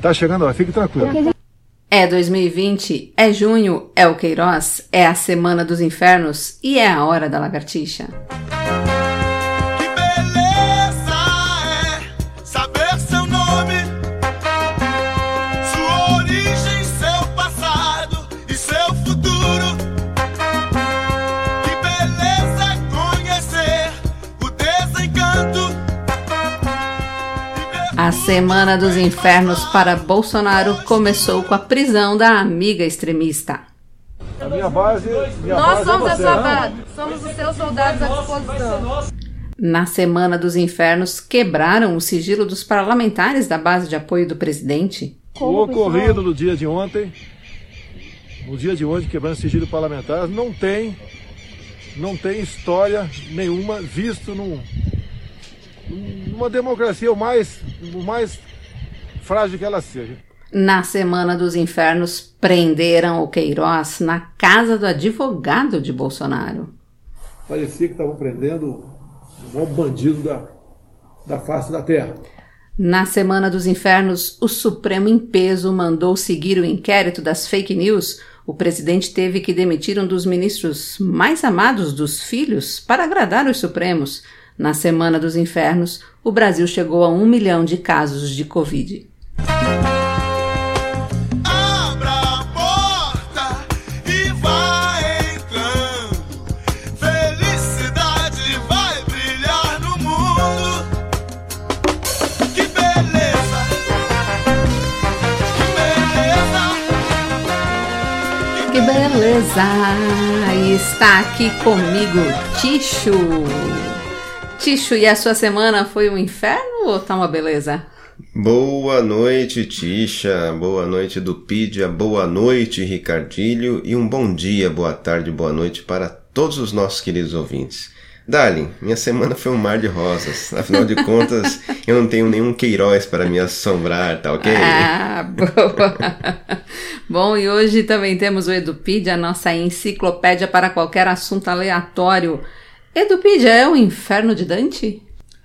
Tá chegando, fique tranquilo. É 2020, é junho, é o Queiroz, é a Semana dos Infernos e é a Hora da Lagartixa. Que beleza é saber seu nome, sua origem, seu passado e seu futuro. Que beleza é conhecer o desencanto. A Semana dos Infernos para Bolsonaro começou com a prisão da amiga extremista. A minha base, Nós somos a sua base, somos os seus soldados à disposição. Na Semana dos Infernos, quebraram o sigilo dos parlamentares da base de apoio do presidente. o ocorrido no dia de ontem, quebrando sigilo parlamentar, não tem história nenhuma visto numa democracia o mais frágil que ela seja. Na Semana dos Infernos, prenderam o Queiroz na casa do advogado de Bolsonaro. Parecia que estavam prendendo o maior bandido da face da terra. Na Semana dos Infernos, o Supremo em peso mandou seguir o inquérito das fake news. O presidente teve que demitir um dos ministros mais amados dos filhos para agradar os Supremos. Na Semana dos Infernos, o Brasil chegou a 1 milhão de casos de Covid. Abra a porta e vai entrando. Felicidade vai brilhar no mundo. Que beleza! Que beleza! E está aqui comigo, Ticho. Ticho, e a sua semana foi um inferno ou tá uma beleza? Boa noite, Tisha. Boa noite, Dupídia. Boa noite, Ricardilho. E um bom dia, boa tarde, boa noite para todos os nossos queridos ouvintes. Darling, minha semana foi um mar de rosas. Afinal de contas, eu não tenho nenhum Queiroz para me assombrar, tá ok? Ah, boa! Bom, e hoje também temos o Edupídia, a nossa enciclopédia para qualquer assunto aleatório. Edupídia, é o inferno de Dante?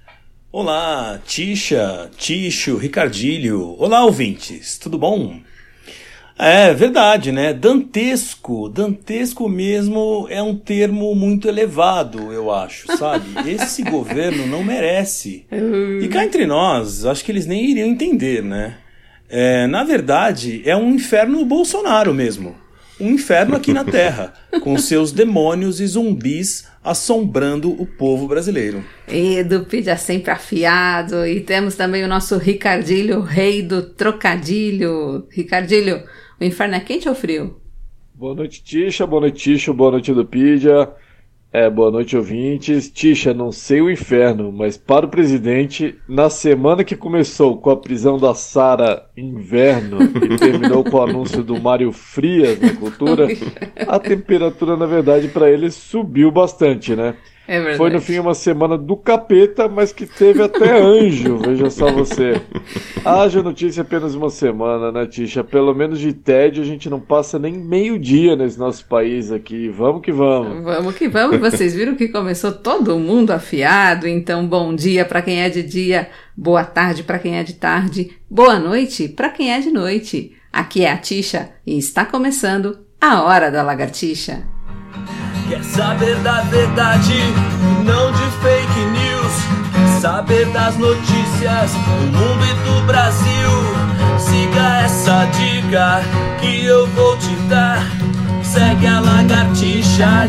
Olá, Tisha, Ticho, Ricardilho. Olá, ouvintes, tudo bom? É verdade, né? Dantesco mesmo é um termo muito elevado, eu acho, sabe? Esse governo não merece. E cá entre nós, acho que eles nem iriam entender, né? Na verdade, é um inferno Bolsonaro mesmo. Um inferno aqui na Terra, com seus demônios e zumbis assombrando o povo brasileiro. Edupídia sempre afiado. E temos também o nosso Ricardilho, rei do trocadilho. Ricardilho, o inferno é quente ou frio? Boa noite, Tisha. Boa noite, Ticho. Boa noite, Edupídia. Boa noite, ouvintes. Tisha, não sei o inferno, mas para o presidente, na semana que começou com a prisão da Sara Inverno e terminou com o anúncio do Mário Frias na cultura, a temperatura, na verdade, para ele subiu bastante, né? É verdade. Foi, no fim, uma semana do capeta, mas que teve até anjo, veja só você. Haja notícia apenas uma semana, né, Tisha? Pelo menos de tédio a gente não passa nem meio-dia nesse nosso país aqui. Vamos que vamos. Vamos que vamos. Vocês viram que começou todo mundo afiado, então bom dia para quem é de dia, boa tarde para quem é de tarde, boa noite para quem é de noite. Aqui é a Tisha e está começando a Hora da Lagartixa. Quer saber da verdade, não de fake news. Quer saber das notícias do mundo e do Brasil. Siga essa dica que eu vou te dar. Segue a lagartixa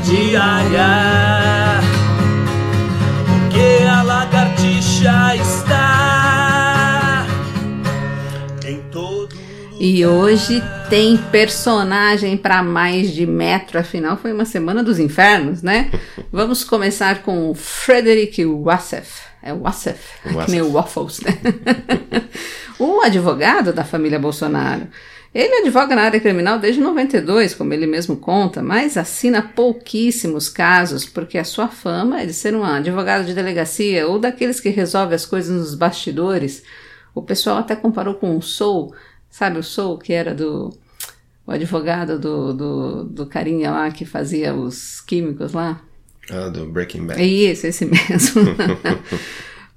diária, porque a lagartixa está em todo lugar. E hoje tem personagem para mais de metro, afinal foi uma semana dos infernos, né? Vamos começar com o Frederick Wassef. É Wassef, é que nem o Waffles, né? O advogado da família Bolsonaro. Ele advoga na área criminal desde 92, como ele mesmo conta, mas assina pouquíssimos casos, porque a sua fama é de ser um advogado de delegacia ou daqueles que resolvem as coisas nos bastidores. O pessoal até comparou com o Soul. Sabe o Soul, que era o advogado do carinha lá que fazia os químicos lá? Do Breaking Bad. Isso, esse mesmo.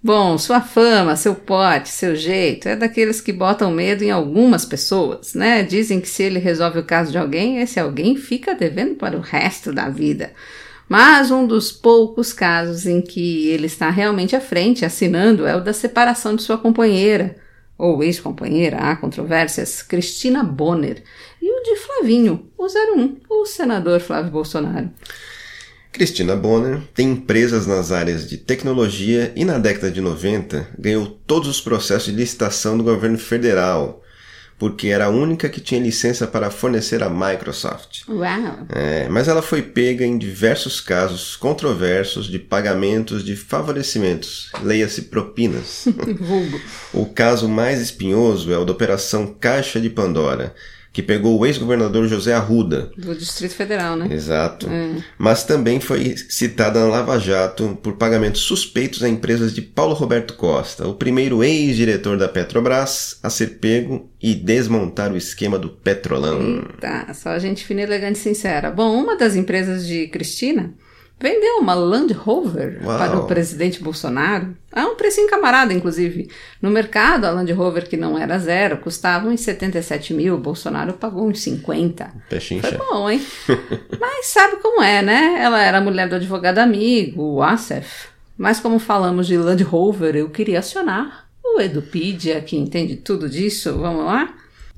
Bom, sua fama, seu porte, seu jeito, é daqueles que botam medo em algumas pessoas, né? Dizem que se ele resolve o caso de alguém, esse alguém fica devendo para o resto da vida. Mas um dos poucos casos em que ele está realmente à frente, assinando, é o da separação de sua companheira, ou ex-companheira, há controvérsias, Cristina Bonner, e o de Flavinho, o 01, o senador Flávio Bolsonaro. Cristina Bonner tem empresas nas áreas de tecnologia e na década de 90 ganhou todos os processos de licitação do governo federal, porque era a única que tinha licença para fornecer a Microsoft. Uau! Mas ela foi pega em diversos casos controversos de pagamentos de favorecimentos, leia-se propinas. O caso mais espinhoso é o da Operação Caixa de Pandora, que pegou o ex-governador José Arruda. Do Distrito Federal, né? Exato. Mas também foi citada na Lava Jato por pagamentos suspeitos a empresas de Paulo Roberto Costa, o primeiro ex-diretor da Petrobras a ser pego e desmontar o esquema do Petrolão. Eita, só gente fina, elegante e sincera. Bom, uma das empresas de Cristina vendeu uma Land Rover para o presidente Bolsonaro, a um precinho camarada, inclusive. No mercado, a Land Rover, que não era zero, custava uns 77 mil, Bolsonaro pagou uns 50. Pechincha. Foi bom, hein? Mas sabe como é, né? Ela era mulher do advogado amigo, o Wassef. Mas como falamos de Land Rover, eu queria acionar o Edupedia, que entende tudo disso. Vamos lá?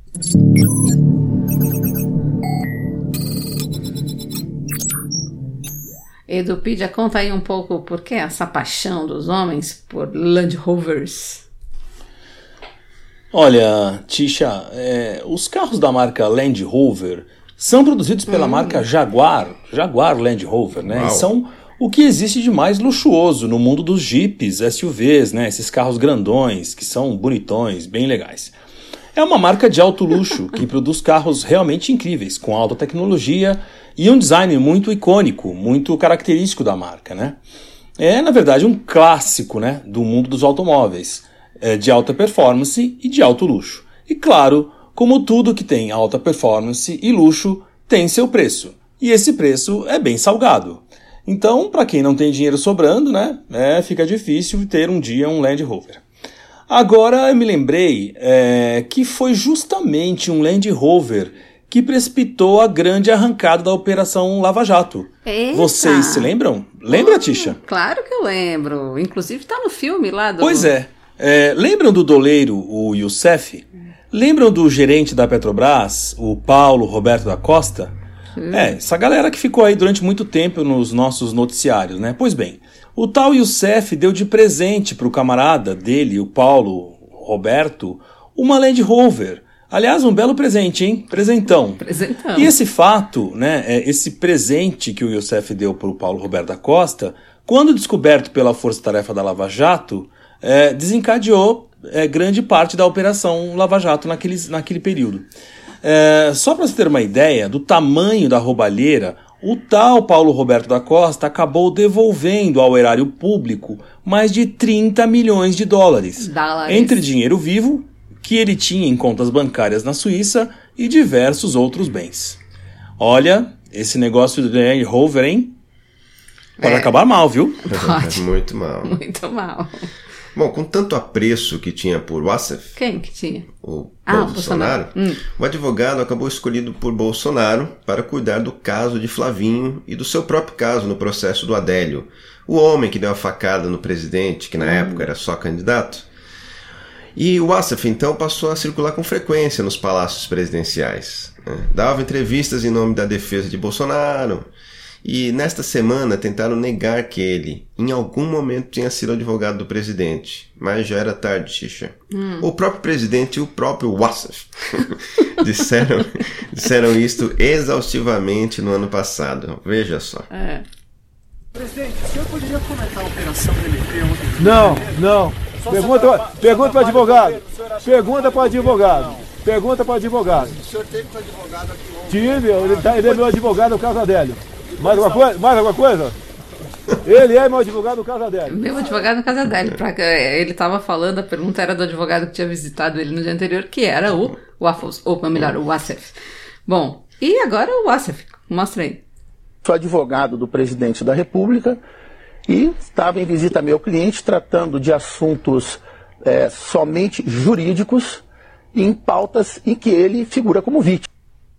Edupedia, conta aí um pouco por que essa paixão dos homens por Land Rovers. Olha, Tisha, os carros da marca Land Rover são produzidos pela marca Jaguar Land Rover, né? Uau. E são o que existe de mais luxuoso no mundo dos Jeeps, SUVs, né? Esses carros grandões, que são bonitões, bem legais. É uma marca de alto luxo que produz carros realmente incríveis, com alta tecnologia e um design muito icônico, muito característico da marca, né? É, na verdade, um clássico, né, do mundo dos automóveis, de alta performance e de alto luxo. E claro, como tudo que tem alta performance e luxo, tem seu preço. E esse preço é bem salgado. Então, para quem não tem dinheiro sobrando, né, fica difícil ter um dia um Land Rover. Agora eu me lembrei que foi justamente um Land Rover que precipitou a grande arrancada da Operação Lava Jato. Eita. Vocês se lembram? Lembra, Tisha? Claro que eu lembro. Inclusive tá no filme lá do... Pois é. Lembram do doleiro, o Youssef? Lembram do gerente da Petrobras, o Paulo Roberto da Costa? Essa galera que ficou aí durante muito tempo nos nossos noticiários, né? Pois bem, o tal Youssef deu de presente para o camarada dele, o Paulo Roberto, uma Land Rover. Aliás, um belo presente, hein? Presentão. E esse fato, né, esse presente que o Youssef deu para o Paulo Roberto da Costa, quando descoberto pela Força-Tarefa da Lava Jato, desencadeou grande parte da Operação Lava Jato naquele período. Só para você ter uma ideia do tamanho da roubalheira, o tal Paulo Roberto da Costa acabou devolvendo ao erário público mais de 30 milhões de dólares. Entre dinheiro vivo, que ele tinha em contas bancárias na Suíça, e diversos outros bens. Olha, esse negócio do Land Rover, hein? Pode acabar mal, viu? Pode. Muito mal. Muito mal. Bom, com tanto apreço que tinha por Wassef, Quem que tinha? o Bolsonaro, o advogado acabou escolhido por Bolsonaro para cuidar do caso de Flavinho e do seu próprio caso no processo do Adélio, o homem que deu a facada no presidente, que na época era só candidato. E o Wassef, então, passou a circular com frequência nos palácios presidenciais. Dava entrevistas em nome da defesa de Bolsonaro. E nesta semana tentaram negar que ele, em algum momento, tinha sido advogado do presidente. Mas já era tarde, Tisha. O próprio presidente e o próprio Wassef disseram isto exaustivamente no ano passado. Veja só. Presidente, o senhor poderia comentar a operação do MP ontem? Não. Pergunta para o advogado. Pergunta para o advogado. O senhor teve com o advogado aqui ontem? Tive, ele é meu advogado no caso Adélio. Mais alguma coisa? Ele é meu advogado no caso Adélio. Meu advogado no caso Adélio. Ele estava falando, a pergunta era do advogado que tinha visitado ele no dia anterior, que era o Wassef. Bom, e agora o Wassef. Mostra aí. Sou advogado do presidente da República e estava em visita a meu cliente tratando de assuntos somente jurídicos em pautas em que ele figura como vítima.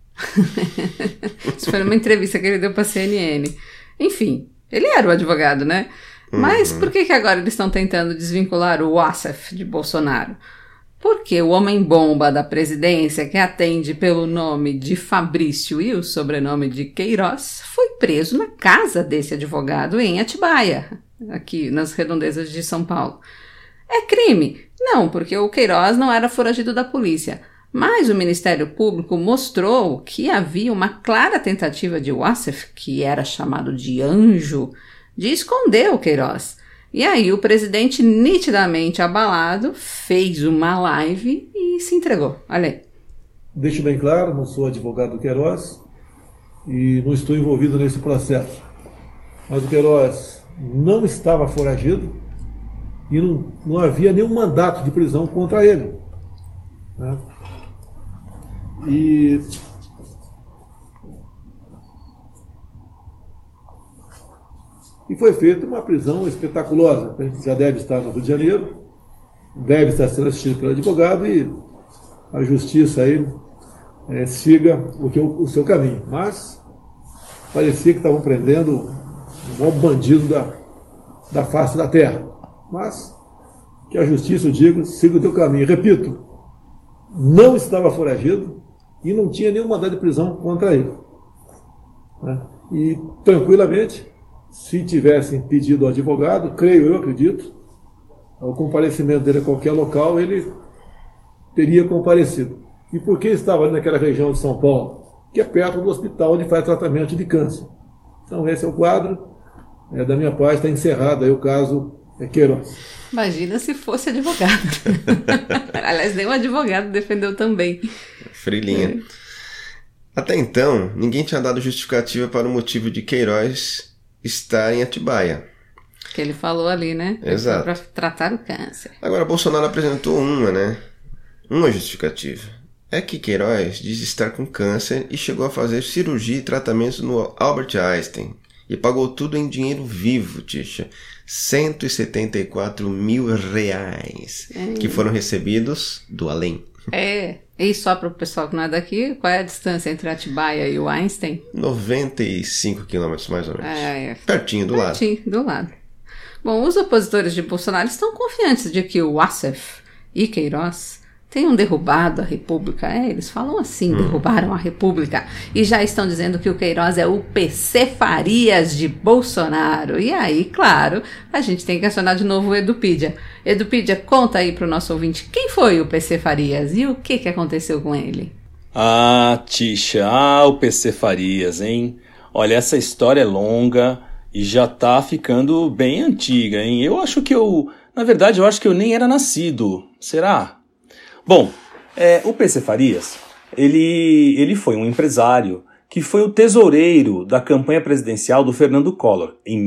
Isso foi numa entrevista que ele deu para a CNN. Enfim, ele era o advogado, né? Mas por que agora eles estão tentando desvincular o Wassef de Bolsonaro? Porque o homem-bomba da presidência, que atende pelo nome de Fabrício e o sobrenome de Queiroz, foi preso na casa desse advogado em Atibaia, aqui nas redondezas de São Paulo. É crime? Não, porque o Queiroz não era foragido da polícia. Mas o Ministério Público mostrou que havia uma clara tentativa de Wassef, que era chamado de anjo, de esconder o Queiroz. E aí o presidente, nitidamente abalado, fez uma live e se entregou. Olha aí. Deixo bem claro, não sou advogado do Queiroz e não estou envolvido nesse processo. Mas o Queiroz não estava foragido e não havia nenhum mandato de prisão contra ele, né? E foi feita uma prisão espetaculosa. A gente já deve estar no Rio de Janeiro, deve estar sendo assistido pelo advogado e a justiça aí siga o seu caminho. Mas parecia que estavam prendendo o maior bandido da face da terra. Mas que a justiça, eu digo, siga o teu caminho. Repito, não estava foragido e não tinha nenhum mandado de prisão contra ele, né? E tranquilamente, se tivessem pedido ao advogado, eu acredito, o comparecimento dele a qualquer local, ele teria comparecido. E por que estava ali naquela região de São Paulo? Que é perto do hospital onde faz tratamento de câncer. Então esse é o quadro. Da minha parte está encerrado aí o caso Queiroz. Imagina se fosse advogado. Aliás, nem o advogado defendeu também. Frilinha. Até então, ninguém tinha dado justificativa para o motivo de Queiroz estar em Atibaia. Que ele falou ali, né? Exato. Para tratar o câncer. Agora, Bolsonaro apresentou uma justificativa. É que Queiroz diz estar com câncer e chegou a fazer cirurgia e tratamentos no Albert Einstein. E pagou tudo em dinheiro vivo, Tisha. 174 mil reais. Que foram recebidos do além. E só para o pessoal que não é daqui, qual é a distância entre Atibaia e o Einstein? 95 quilômetros, mais ou menos. Pertinho, do lado. Pertinho, do lado. Bom, os opositores de Bolsonaro estão confiantes de que o Wassef e Queiroz tenham derrubado a República. Eles falam assim, derrubaram a República. E já estão dizendo que o Queiroz é o PC Farias de Bolsonaro. E aí, claro, a gente tem que acionar de novo o Edupídia. Edupídia, conta aí para o nosso ouvinte quem foi o PC Farias e o que aconteceu com ele. Tisha, o PC Farias, hein? Olha, essa história é longa e já tá ficando bem antiga, hein? Eu acho que eu acho que eu nem era nascido. Será? Bom, o PC Farias, ele foi um empresário que foi o tesoureiro da campanha presidencial do Fernando Collor, em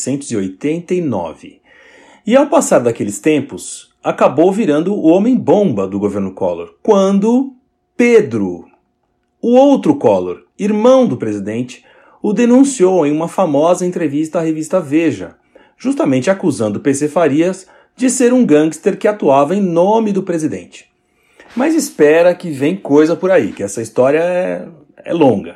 1989. E ao passar daqueles tempos, acabou virando o homem-bomba do governo Collor, quando Pedro, o outro Collor, irmão do presidente, o denunciou em uma famosa entrevista à revista Veja, justamente acusando o PC Farias de ser um gangster que atuava em nome do presidente. Mas espera que vem coisa por aí, que essa história é longa.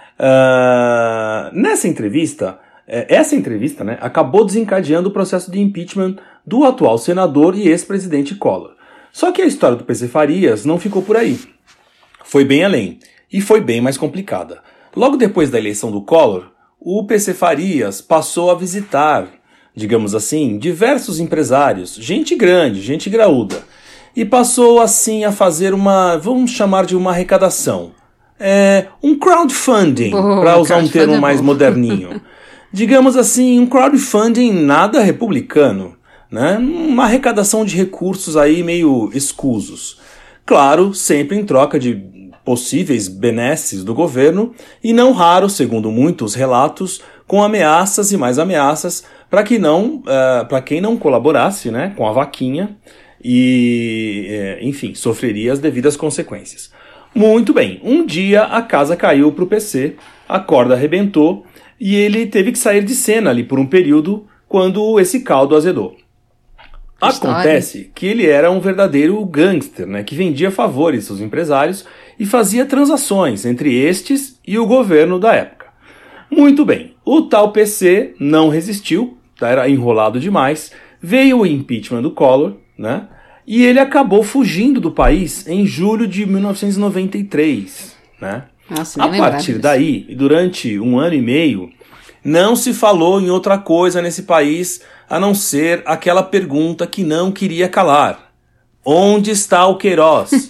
Essa entrevista, acabou desencadeando o processo de impeachment do atual senador e ex-presidente Collor. Só que a história do PC Farias não ficou por aí. Foi bem além, e foi bem mais complicada. Logo depois da eleição do Collor, o PC Farias passou a visitar, digamos assim, diversos empresários, gente grande, gente graúda, e passou assim a fazer vamos chamar de uma arrecadação. Um crowdfunding, para usar um termo mais moderninho. Digamos assim, um crowdfunding nada republicano, né? Uma arrecadação de recursos aí meio escusos. Claro, sempre em troca de possíveis benesses do governo, e não raro, segundo muitos relatos, com ameaças e mais ameaças para quem não colaborasse, né, com a vaquinha e, enfim, sofreria as devidas consequências. Muito bem, um dia a casa caiu para o PC, a corda arrebentou e ele teve que sair de cena ali por um período quando esse caldo azedou. Acontece que ele era um verdadeiro gangster, né, que vendia favores aos empresários e fazia transações entre estes e o governo da época. Muito bem, o tal PC não resistiu, era enrolado demais, veio o impeachment do Collor, né, e ele acabou fugindo do país em julho de 1993. Né? Nossa, a partir daí, durante 1 ano e meio, não se falou em outra coisa nesse país a não ser aquela pergunta que não queria calar. Onde está o Queiroz?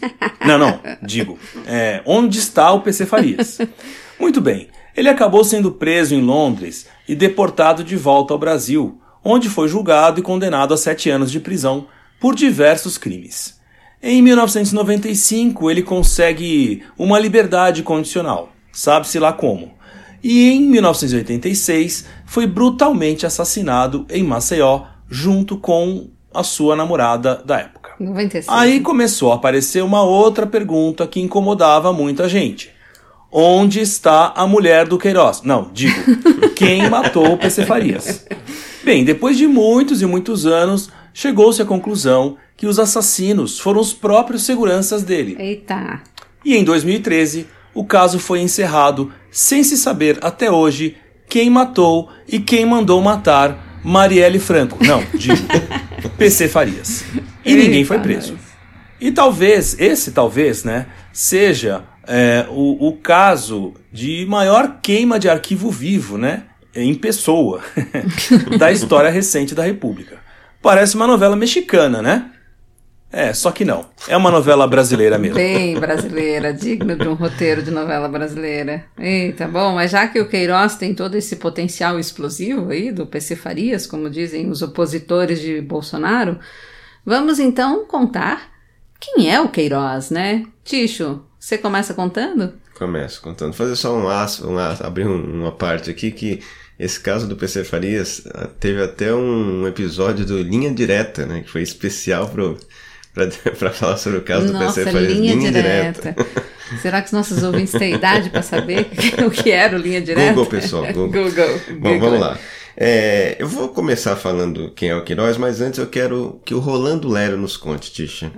Onde está o PC Farias? Muito bem, ele acabou sendo preso em Londres e deportado de volta ao Brasil, onde foi julgado e condenado a 7 anos de prisão por diversos crimes. Em 1995, ele consegue uma liberdade condicional, sabe-se lá como. E em 1986, foi brutalmente assassinado em Maceió, junto com a sua namorada da época. 96. Aí começou a aparecer uma outra pergunta que incomodava muita gente. Onde está a mulher do Queiroz? Quem matou o PC Farias? Bem, depois de muitos e muitos anos, chegou-se à conclusão que os assassinos foram os próprios seguranças dele. Eita! E em 2013, o caso foi encerrado sem se saber até hoje quem matou e quem mandou matar Marielle Franco. PC Farias. E ninguém foi preso. E esse talvez, né, seja o caso de maior queima de arquivo vivo, né, em pessoa, da história recente da República. Parece uma novela mexicana, né? Só que não. É uma novela brasileira mesmo. Bem brasileira, digno de um roteiro de novela brasileira. Eita, bom, mas já que o Queiroz tem todo esse potencial explosivo aí do PC Farias, como dizem os opositores de Bolsonaro, vamos então contar quem é o Queiroz, né? Ticho, você começa contando? Começo contando. Fazer só abrir uma parte aqui que esse caso do PC Farias teve até um episódio do Linha Direta, né? Que foi especial para falar sobre o caso do PC Farias. Linha Direta. Será que os nossos ouvintes têm idade para saber o que era o Linha Direta? Google, pessoal. Google. Bom, vamos lá. Eu vou começar falando quem é o Queiroz, mas antes eu quero que o Rolando Lero nos conte, Tisha.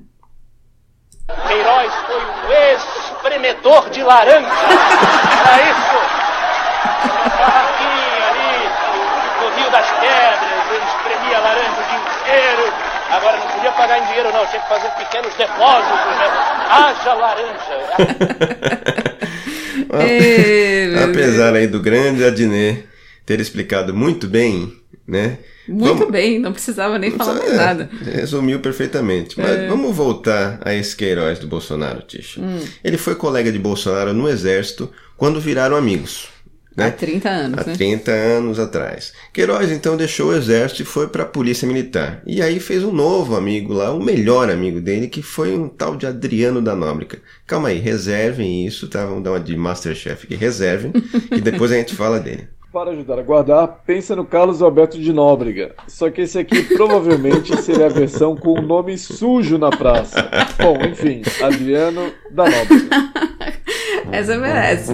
Queiroz foi um espremedor de laranja. Era isso. Barraquinha ali, no Rio das Pedras, ele espremia laranja o dia inteiro. Agora não podia pagar em dinheiro não, tinha que fazer pequenos depósitos, né? Haja laranja. Apesar aí do grande Adnet ter explicado muito bem, né? Bem, não precisava nem falar mais nada. Resumiu perfeitamente. Mas vamos voltar a esse Queiroz do Bolsonaro, Tisha. Ele foi colega de Bolsonaro no Exército quando viraram amigos. Né? Há 30 anos, Há 30 anos atrás. Queiroz, então, deixou o Exército e foi para a Polícia Militar. E aí fez um novo amigo lá, o melhor amigo dele, que foi um tal de Adriano da Nóbrega. Calma aí, reservem isso, tá? Vamos dar uma de Masterchef aqui. Reservem, que depois a gente fala dele. Para ajudar a guardar, pensa no Carlos Alberto de Nóbrega. Só que esse aqui provavelmente seria a versão com o nome sujo na praça. Bom, enfim, Adriano da Nóbrega. Essa merece.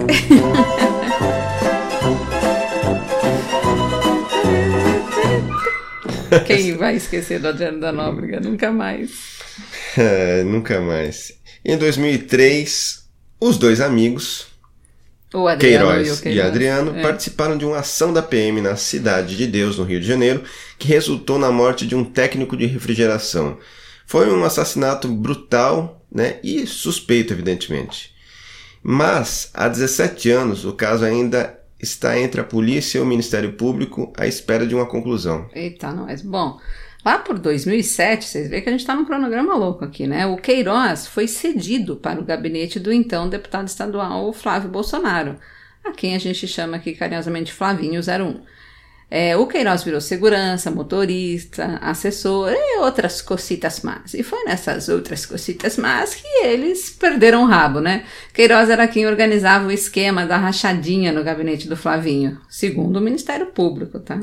Quem vai esquecer do Adriano da Nóbrega? Nunca mais. Nunca mais. Em 2003, os dois amigos, o Adriano Queiroz e Adriano, participaram de uma ação da PM na Cidade de Deus, no Rio de Janeiro, que resultou na morte de um técnico de refrigeração. Foi um assassinato brutal, né, e suspeito, evidentemente. Mas, há 17 anos, o caso ainda está entre a polícia e o Ministério Público à espera de uma conclusão. Eita, nós. Bom, lá por 2007, vocês veem que a gente está num cronograma louco aqui, né? O Queiroz foi cedido para o gabinete do então deputado estadual Flávio Bolsonaro, a quem a gente chama aqui carinhosamente Flavinho 01. O Queiroz virou segurança, motorista, assessor e outras cositas más. E foi nessas outras cositas más que eles perderam o rabo, né? Queiroz era quem organizava o esquema da rachadinha no gabinete do Flavinho, segundo o Ministério Público, tá?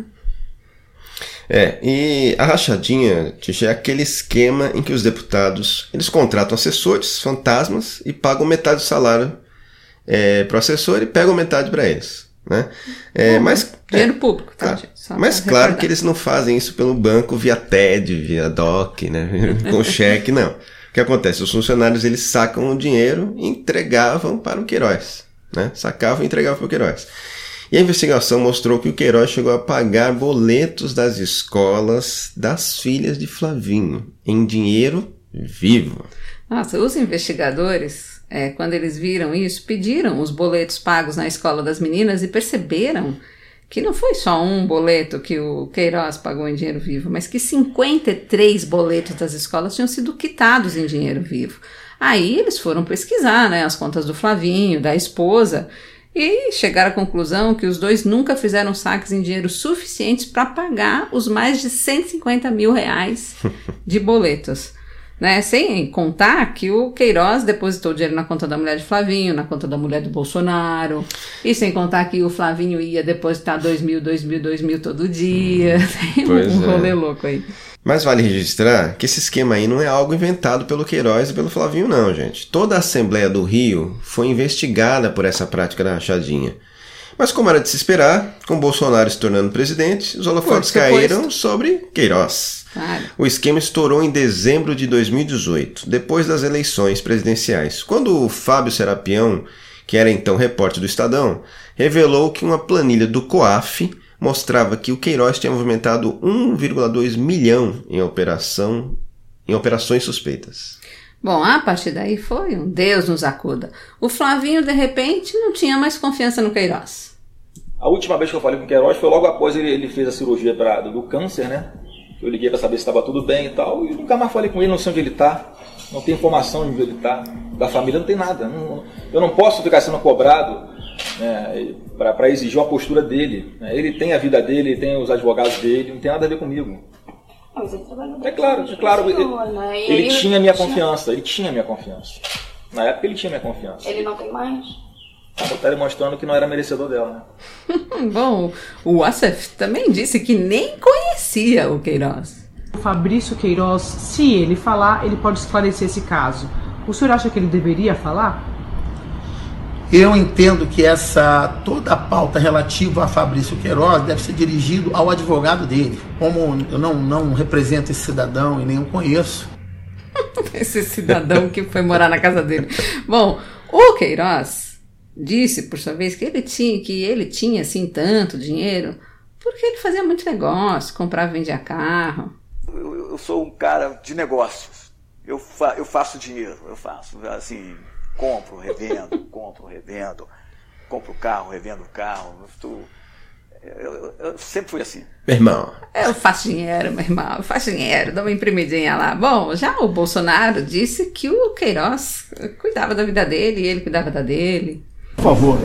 E a rachadinha, Tisha, é aquele esquema em que os deputados, eles contratam assessores, fantasmas, e pagam metade do salário para o assessor e pegam metade para eles. né? Dinheiro público, tá, claro, gente? Mas claro que eles não fazem isso pelo banco via TED, via DOC, né? Com cheque, não. O que acontece? Os funcionários, eles sacam o dinheiro e entregavam para o Queiroz, né? Sacavam e entregavam para o Queiroz. E a investigação mostrou que o Queiroz chegou a pagar boletos das escolas das filhas de Flavinho em dinheiro vivo. Nossa, os investigadores, quando eles viram isso, pediram os boletos pagos na escola das meninas e perceberam que não foi só um boleto que o Queiroz pagou em dinheiro vivo, mas que 53 boletos das escolas tinham sido quitados em dinheiro vivo. Aí eles foram pesquisar, né, as contas do Flavinho, da esposa, e chegaram à conclusão que os dois nunca fizeram saques em dinheiro suficientes para pagar os mais de 150 mil reais de boletos. Né? Sem contar que o Queiroz depositou dinheiro na conta da mulher de Flavinho, na conta da mulher do Bolsonaro, e sem contar que o Flavinho ia depositar 2 mil todo dia. Tem um rolê louco aí. Mas vale registrar que esse esquema aí não é algo inventado pelo Queiroz e pelo Flavinho, não, gente. Toda a Assembleia do Rio foi investigada por essa prática da rachadinha. Mas como era de se esperar, com Bolsonaro se tornando presidente, os holofotes caíram sobre Queiroz. Claro. O esquema estourou em dezembro de 2018, depois das eleições presidenciais, quando o Fábio Serapião, que era então repórter do Estadão, revelou que uma planilha do COAF mostrava que o Queiroz tinha movimentado 1,2 milhão em operações suspeitas. Bom, a partir daí foi um Deus nos acuda. O Flavinho, de repente, não tinha mais confiança no Queiroz. A última vez que eu falei com o Queiroz foi logo após ele fez a cirurgia do câncer, né? Eu liguei para saber se estava tudo bem e tal, e nunca mais falei com ele, não sei onde ele está, não tenho informação de onde ele está, da família não tem nada. Eu não posso ficar sendo cobrado, né, para exigir uma postura dele. Né? Ele tem a vida dele, ele tem os advogados dele, não tem nada a ver comigo. Mas ele trabalhou é claro. Ele tinha minha confiança, Na época ele tinha minha confiança. Ele não tem mais? Está demonstrando que não era merecedor dela, né? Bom, o Wassef também disse que nem conhecia o Queiroz. O Fabrício Queiroz, se ele falar, ele pode esclarecer esse caso. O senhor acha que ele deveria falar? Eu entendo que toda a pauta relativa a Fabrício Queiroz deve ser dirigido ao advogado dele. Como eu não represento esse cidadão e nem o conheço. Esse cidadão que foi morar na casa dele. Bom, o Queiroz disse, por sua vez, que ele tinha assim tanto dinheiro porque ele fazia muito negócio, comprava e vendia carro. Eu sou um cara de negócios. Eu faço dinheiro, assim, compro, revendo, compro carro, revendo carro. Eu sempre fui assim. Meu irmão. Eu faço dinheiro, meu irmão, dou uma imprimidinha lá. Bom, já o Bolsonaro disse que o Queiroz cuidava da vida dele e ele cuidava da dele. Por favor.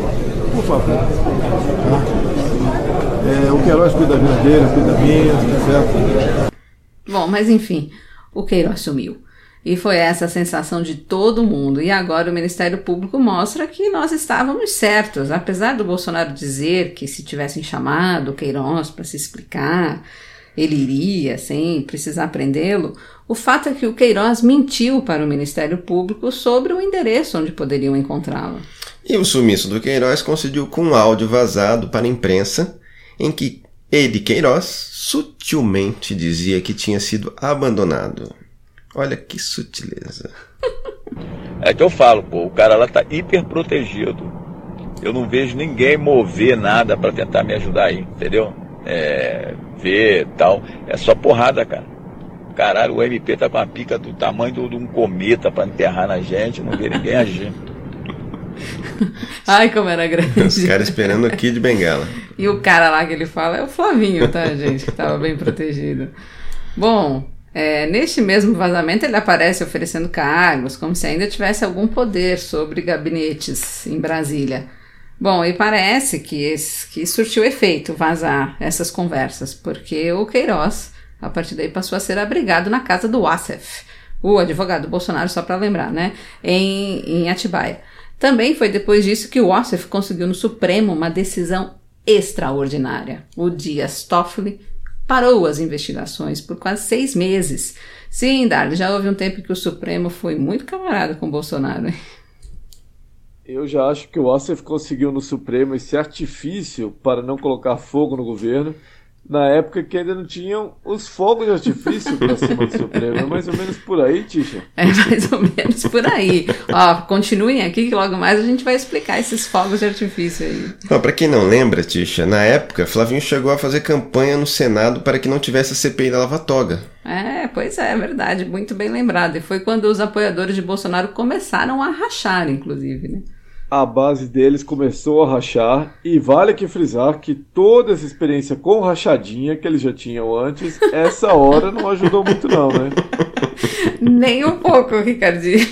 O Queiroz cuida da vida dele, cuida da minha, tá certo? Bom, mas enfim, o Queiroz sumiu. E foi essa a sensação de todo mundo. E agora o Ministério Público mostra que nós estávamos certos. Apesar do Bolsonaro dizer que se tivessem chamado o Queiroz para se explicar, ele iria, sem precisar prendê-lo, o fato é que o Queiroz mentiu para o Ministério Público sobre o endereço onde poderiam encontrá-lo. E o sumiço do Queiroz coincidiu com um áudio vazado para a imprensa em que ele, Queiroz, sutilmente dizia que tinha sido abandonado. Olha que sutileza. É que eu falo, o cara lá tá hiper protegido. Eu não vejo ninguém mover nada para tentar me ajudar aí, entendeu? Ver tal. É só porrada, cara. Caralho, o MP tá com a pica do tamanho de um cometa para enterrar na gente, não vê ninguém agir. Ai, como era grande. Os caras esperando o Kid Bengala. E o cara lá que ele fala é o Flavinho, tá, gente? Que tava bem protegido. Bom, neste mesmo vazamento ele aparece oferecendo cargos, como se ainda tivesse algum poder sobre gabinetes em Brasília. Bom, e parece que surtiu efeito vazar essas conversas, porque o Queiroz, a partir daí, passou a ser abrigado na casa do Wassef, o advogado do Bolsonaro, só para lembrar, né? Em Atibaia. Também foi depois disso que o Wassef conseguiu no Supremo uma decisão extraordinária. O Dias Toffoli parou as investigações por quase 6 meses. Sim, Darly, já houve um tempo que o Supremo foi muito camarada com o Bolsonaro. Eu já acho que o Wassef conseguiu no Supremo esse artifício para não colocar fogo no governo, na época que ainda não tinham os fogos de artifício para cima do Supremo. É mais ou menos por aí, Tisha? É mais ou menos por aí. Ó, continuem aqui que logo mais a gente vai explicar esses fogos de artifício aí. Para quem não lembra, Tisha, na época, Flavinho chegou a fazer campanha no Senado para que não tivesse a CPI da Lava Toga. Pois é verdade, muito bem lembrado. E foi quando os apoiadores de Bolsonaro começaram a rachar, inclusive, né? A base deles começou a rachar, e vale aqui frisar que toda essa experiência com rachadinha que eles já tinham antes, essa hora não ajudou muito não, né? Nem um pouco, Ricardinho.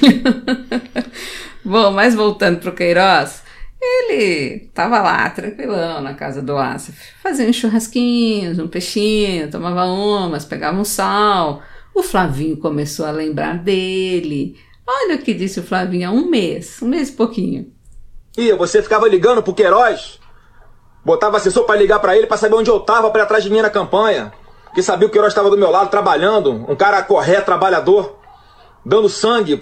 Bom, mas voltando pro Queiroz, ele tava lá, tranquilão, na casa do Wassef, fazendo churrasquinhos, um peixinho, tomava umas, pegava um sal. O Flavinho começou a lembrar dele. Olha o que disse o Flavinho há um mês e pouquinho. E você ficava ligando pro Queiroz, botava assessor pra ligar pra ele pra saber onde eu tava pra ir atrás de mim na campanha, porque sabia que o Queiroz tava do meu lado trabalhando, um cara correto, trabalhador, dando sangue.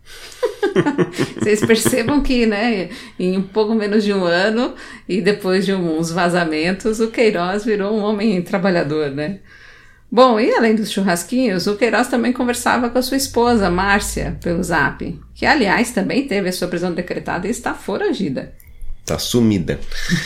Vocês percebam que, né, em um pouco menos de um ano e depois de uns vazamentos, o Queiroz virou um homem trabalhador, né? Bom, e além dos churrasquinhos, o Queiroz também conversava com a sua esposa, Márcia, pelo Zap, que, aliás, também teve a sua prisão decretada e está foragida. Tá sumida.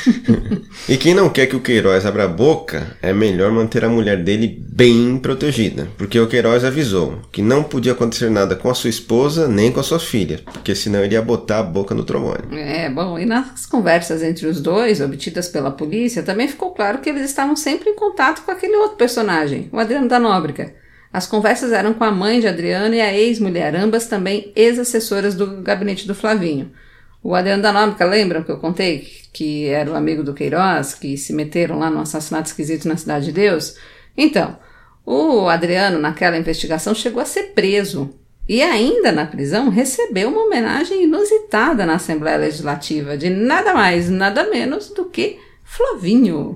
E quem não quer que o Queiroz abra a boca, é melhor manter a mulher dele bem protegida, porque o Queiroz avisou que não podia acontecer nada com a sua esposa nem com a sua filha, porque senão ele ia botar a boca no trombone. Bom, e nas conversas entre os dois, obtidas pela polícia, também ficou claro que eles estavam sempre em contato com aquele outro personagem, o Adriano da Nóbrega. As conversas eram com a mãe de Adriano e a ex-mulher, ambas também ex-assessoras do gabinete do Flavinho. O Adriano da Nóbrega, lembram que eu contei? Que era o amigo do Queiroz, que se meteram lá no assassinato esquisito na Cidade de Deus? Então, o Adriano, naquela investigação, chegou a ser preso. E ainda na prisão, recebeu uma homenagem inusitada na Assembleia Legislativa, de nada mais, nada menos do que Flavinho.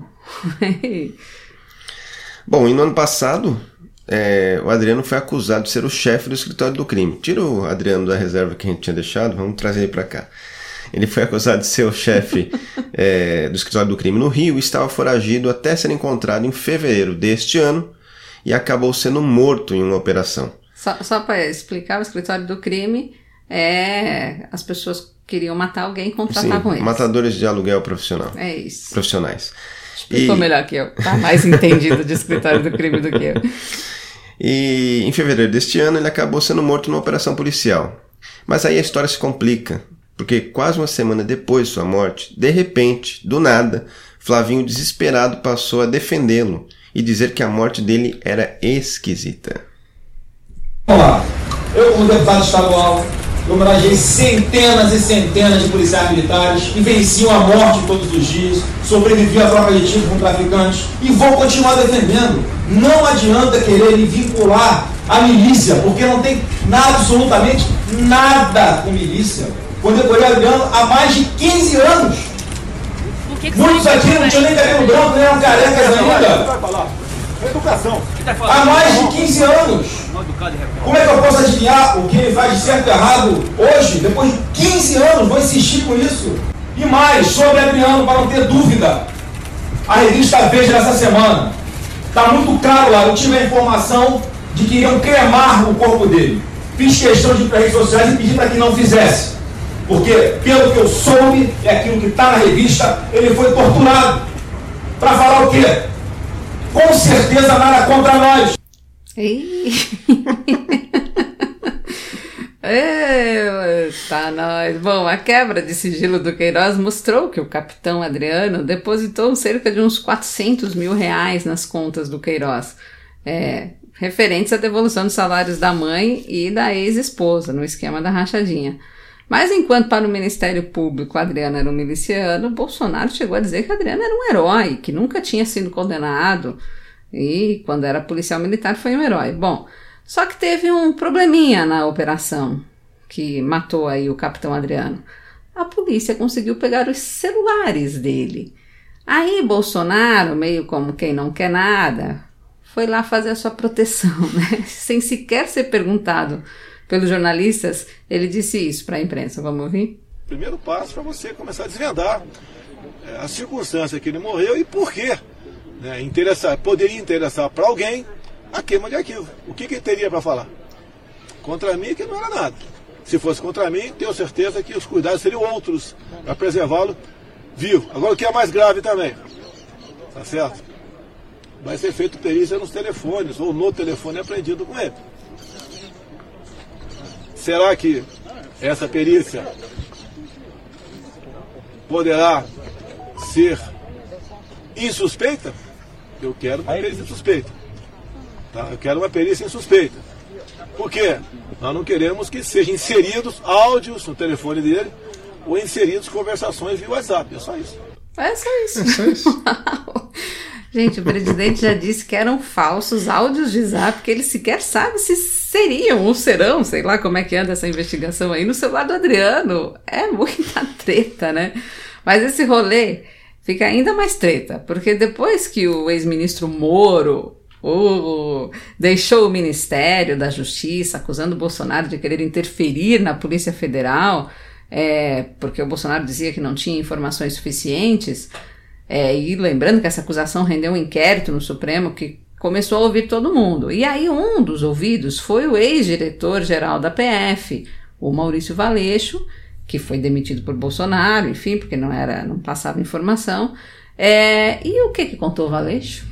Bom, e no ano passado, o Adriano foi acusado de ser o chefe do escritório do crime. Tira o Adriano da reserva que a gente tinha deixado, vamos trazer ele para cá. Ele foi acusado de ser o chefe do escritório do crime no Rio e estava foragido até ser encontrado em fevereiro deste ano e acabou sendo morto em uma operação. Só para explicar, o escritório do crime as pessoas queriam matar alguém e contratavam eles. Matadores de aluguel profissional. É isso. Profissionais. Explicou melhor que eu. Tá mais entendido de escritório do crime do que eu. E em fevereiro deste ano ele acabou sendo morto numa operação policial. Mas aí a história se complica, porque quase uma semana depois de sua morte, de repente, do nada, Flavinho desesperado passou a defendê-lo e dizer que a morte dele era esquisita. Vamos lá, eu como deputado estadual, eu homenageei centenas e centenas de policiais militares que venciam a morte todos os dias, sobrevivi à troca de tiro com traficantes e vou continuar defendendo. Não adianta querer me vincular à milícia, porque não tem nada, absolutamente nada com milícia. Condecorei Adriano há mais de 15 anos. Muitos aqui não tinham nem cabelo branco, nem eram carecas ainda. Educação. Há mais de 15 anos. Como é que eu posso adivinhar o que ele faz de certo e errado hoje, depois de 15 anos? Vou insistir com isso. E mais, sobre Adriano, para não ter dúvida, a revista Veja dessa semana, está muito claro lá, eu tive a informação de que iriam cremar o corpo dele. Fiz questão de ir para as redes sociais e pedir para que não fizesse. Porque, pelo que eu soube, é aquilo que está na revista, ele foi torturado. Para falar o quê? Com certeza nada contra nós. Tá nós. Bom, a quebra de sigilo do Queiroz mostrou que o capitão Adriano depositou cerca de uns 400 mil reais nas contas do Queiroz, referentes à devolução dos salários da mãe e da ex-esposa, no esquema da rachadinha. Mas enquanto para o Ministério Público Adriano era um miliciano, Bolsonaro chegou a dizer que Adriano era um herói, que nunca tinha sido condenado e quando era policial militar foi um herói. Bom, só que teve um probleminha na operação que matou aí o capitão Adriano. A polícia conseguiu pegar os celulares dele. Aí Bolsonaro, meio como quem não quer nada, foi lá fazer a sua proteção, né? Sem sequer ser perguntado pelos jornalistas, ele disse isso para a imprensa. Vamos ouvir? primeiro passo para você começar a desvendar a circunstância que ele morreu e por quê. Né? Poderia interessar para alguém a queima de arquivo. O que ele teria para falar? Contra mim que não era nada. Se fosse contra mim, tenho certeza que os cuidados seriam outros para preservá-lo vivo. Agora o que é mais grave também, tá certo? Vai ser feito perícia nos telefones ou no telefone apreendido com ele. Será que essa perícia poderá ser insuspeita? Eu quero uma perícia insuspeita. Tá? Eu quero uma perícia insuspeita. Por quê? Nós não queremos que sejam inseridos áudios no telefone dele ou inseridos conversações via WhatsApp. É só isso. É só isso. Gente, o presidente já disse que eram falsos áudios de zap, que ele sequer sabe se seriam ou serão, sei lá como é que anda essa investigação aí, no celular do Adriano. É muita treta, né? Mas esse rolê fica ainda mais treta, porque depois que o ex-ministro Moro deixou o Ministério da Justiça acusando o Bolsonaro de querer interferir na Polícia Federal, porque o Bolsonaro dizia que não tinha informações suficientes, e lembrando que essa acusação rendeu um inquérito no Supremo que começou a ouvir todo mundo. E aí um dos ouvidos foi o ex-diretor-geral da PF, o Maurício Valeixo, que foi demitido por Bolsonaro, enfim, porque não passava informação. E o que contou o Valeixo?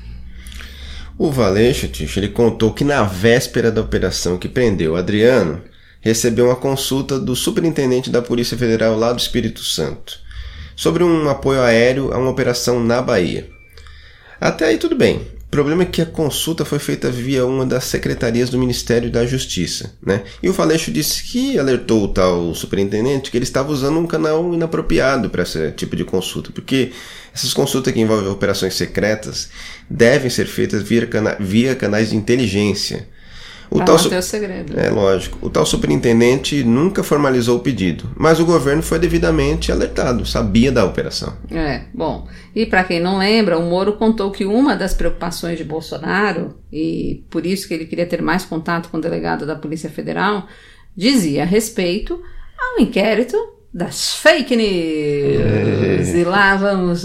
O Valeixo, Ticho, ele contou que na véspera da operação que prendeu Adriano, recebeu uma consulta do superintendente da Polícia Federal lá do Espírito Santo, sobre um apoio aéreo a uma operação na Bahia. Até aí tudo bem. O problema é que a consulta foi feita via uma das secretarias do Ministério da Justiça, né? E o Valeixo disse que alertou o tal superintendente que ele estava usando um canal inapropriado para esse tipo de consulta, porque essas consultas que envolvem operações secretas devem ser feitas via canais de inteligência. Para manter o segredo. É lógico. O tal superintendente nunca formalizou o pedido, mas o governo foi devidamente alertado, sabia da operação. Bom, e para quem não lembra, o Moro contou que uma das preocupações de Bolsonaro, e por isso que ele queria ter mais contato com o delegado da Polícia Federal, dizia a respeito ao inquérito das fake news. E lá vamos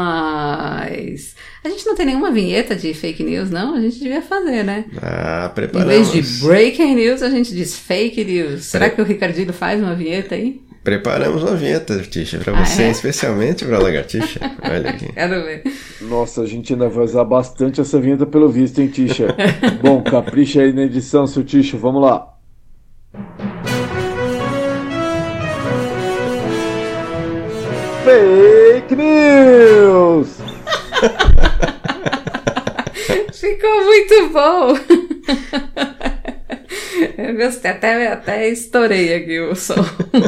nós. A gente não tem nenhuma vinheta de fake news, não? A gente devia fazer, né? Preparamos. Em vez de breaking news, a gente diz fake news. Será que o Ricardinho faz uma vinheta aí? Preparamos uma vinheta, Ticha, pra você, especialmente pra Lagartixa. Olha aqui. Quero ver. Nossa, a gente ainda vai usar bastante essa vinheta pelo visto, hein, Ticha? Bom, capricha aí na edição, seu Ticha. Vamos lá. Fake News! Ficou muito bom! Eu gostei, até estourei aqui o som.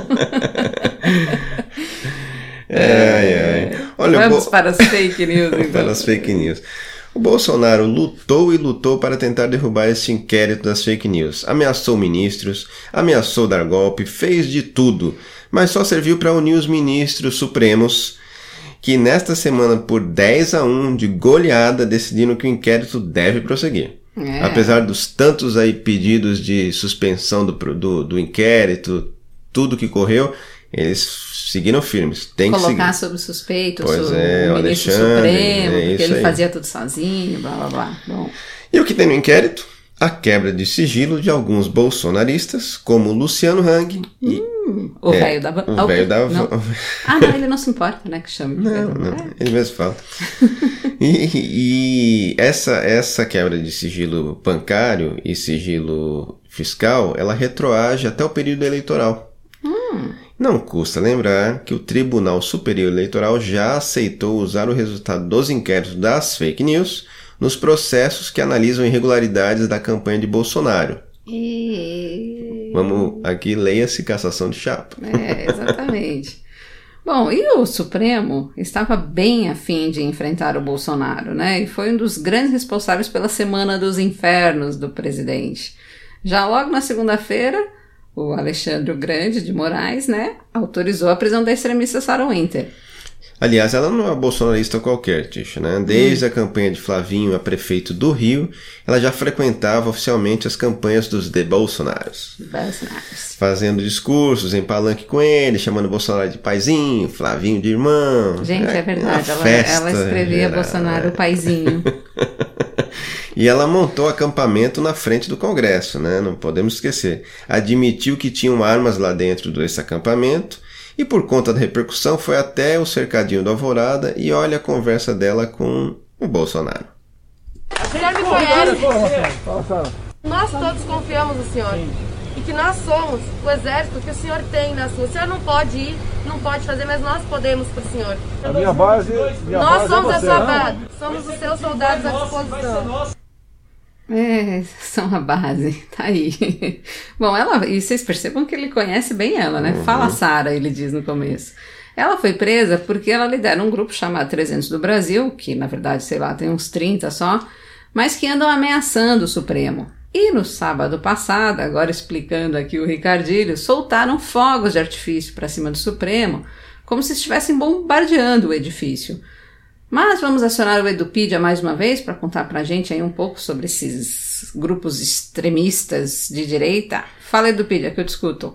Olha, vamos para as fake news, então. Para as fake news. O Bolsonaro lutou e lutou para tentar derrubar este inquérito das fake news. Ameaçou ministros, ameaçou dar golpe, fez de tudo, mas só serviu para unir os ministros supremos, que nesta semana, por 10-1 de goleada, decidiram que o inquérito deve prosseguir. Apesar dos tantos aí pedidos de suspensão do inquérito, tudo que correu, eles seguiram firmes. Tem colocar que sob suspeito o ministro Supremo, porque ele fazia tudo sozinho, blá blá blá. Bom. E o que tem no inquérito? A quebra de sigilo de alguns bolsonaristas, como Luciano Hang e... O velho da van. O velho da van. Não, ele não se importa, né, que chama. Não, ele mesmo fala. E essa quebra de sigilo bancário e sigilo fiscal, ela retroage até o período eleitoral. Não custa lembrar que o Tribunal Superior Eleitoral já aceitou usar o resultado dos inquéritos das fake news nos processos que analisam irregularidades da campanha de Bolsonaro. Vamos aqui, leia-se cassação de chapa. Exatamente. Bom, e o Supremo estava bem a fim de enfrentar o Bolsonaro, né? E foi um dos grandes responsáveis pela Semana dos Infernos do presidente. Já logo na segunda-feira, o Alexandre o Grande de Moraes, né, autorizou a prisão da extremista Sarah Winter. Aliás, ela não é uma bolsonarista qualquer, Tisha, né? Desde a campanha de Flavinho a prefeito do Rio, ela já frequentava oficialmente as campanhas dos de Bolsonaros. Fazendo discursos em palanque com ele, chamando Bolsonaro de paizinho, Flavinho de irmão. Gente, é verdade, ela escrevia geral, Bolsonaro paizinho. E ela montou acampamento na frente do Congresso, né? Não podemos esquecer. Admitiu que tinham armas lá dentro desse acampamento e por conta da repercussão foi até o cercadinho da Alvorada e olha a conversa dela com o Bolsonaro. O senhor me conhece? Nós todos confiamos no senhor. E que nós somos o exército que o senhor tem na sua. O senhor não pode ir, não pode fazer, mas nós podemos pro senhor. A minha base, nós somos a sua base. Somos os seus soldados à disposição. São a base, tá aí. Bom, e vocês percebam que ele conhece bem ela, né? Fala Sara, ele diz no começo. Ela foi presa porque ela lidera um grupo chamado 300 do Brasil, que na verdade, sei lá, tem uns 30 só, mas que andam ameaçando o Supremo. E no sábado passado, agora explicando aqui o Ricardilho, soltaram fogos de artifício para cima do Supremo, como se estivessem bombardeando o edifício. Mas vamos acionar o Edupídia mais uma vez para contar pra gente aí um pouco sobre esses grupos extremistas de direita. Fala, Edupídia, que eu te escuto.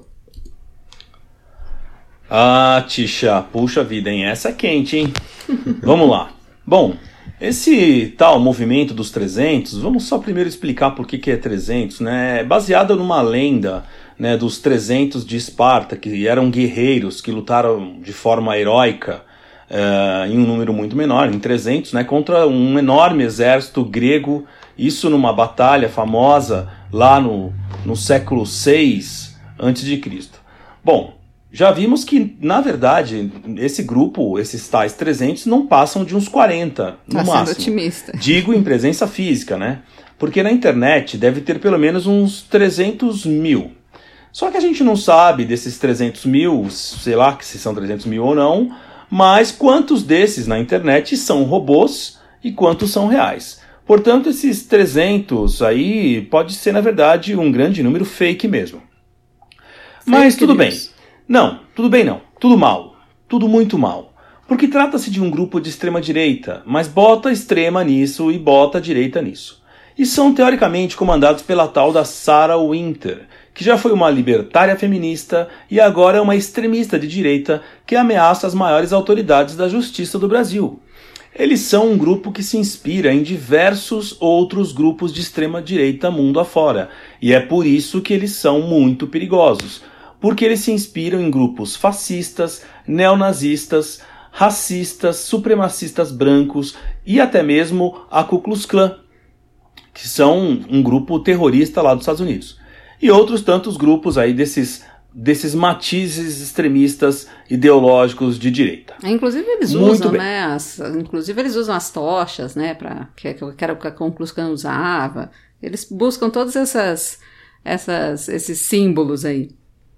Ah, Tisha, puxa vida, hein? Essa é quente, hein? Vamos lá. Bom, esse tal movimento dos 300, vamos só primeiro explicar por que é 300, né? É baseado numa lenda, né, dos 300 de Esparta, que eram guerreiros que lutaram de forma heróica, em um número muito menor, em 300, né, contra um enorme exército grego, isso numa batalha famosa lá no século 6 a.C. Bom, já vimos que, na verdade, esse grupo, esses tais 300, não passam de uns 40, no máximo. Otimista. Digo em presença física, né? Porque na internet deve ter pelo menos uns 300 mil. Só que a gente não sabe desses 300 mil, sei lá se são 300 mil ou não, mas quantos desses na internet são robôs e quantos são reais. Portanto, esses 300 aí pode ser, na verdade, um grande número fake mesmo. Mas tudo bem. Não, tudo bem não. Tudo mal. Tudo muito mal. Porque trata-se de um grupo de extrema direita, mas bota extrema nisso e bota direita nisso. E são teoricamente comandados pela tal da Sarah Winter, que já foi uma libertária feminista e agora é uma extremista de direita que ameaça as maiores autoridades da justiça do Brasil. Eles são um grupo que se inspira em diversos outros grupos de extrema direita mundo afora, e é por isso que eles são muito perigosos, porque eles se inspiram em grupos fascistas, neonazistas, racistas, supremacistas brancos e até mesmo a Ku Klux Klan, que são um grupo terrorista lá dos Estados Unidos. E outros tantos grupos aí desses matizes extremistas ideológicos de direita. Inclusive eles usam, né? Inclusive eles usam as tochas, né? Que era o que a Ku Klux Klan usava. Eles buscam todos esses símbolos aí.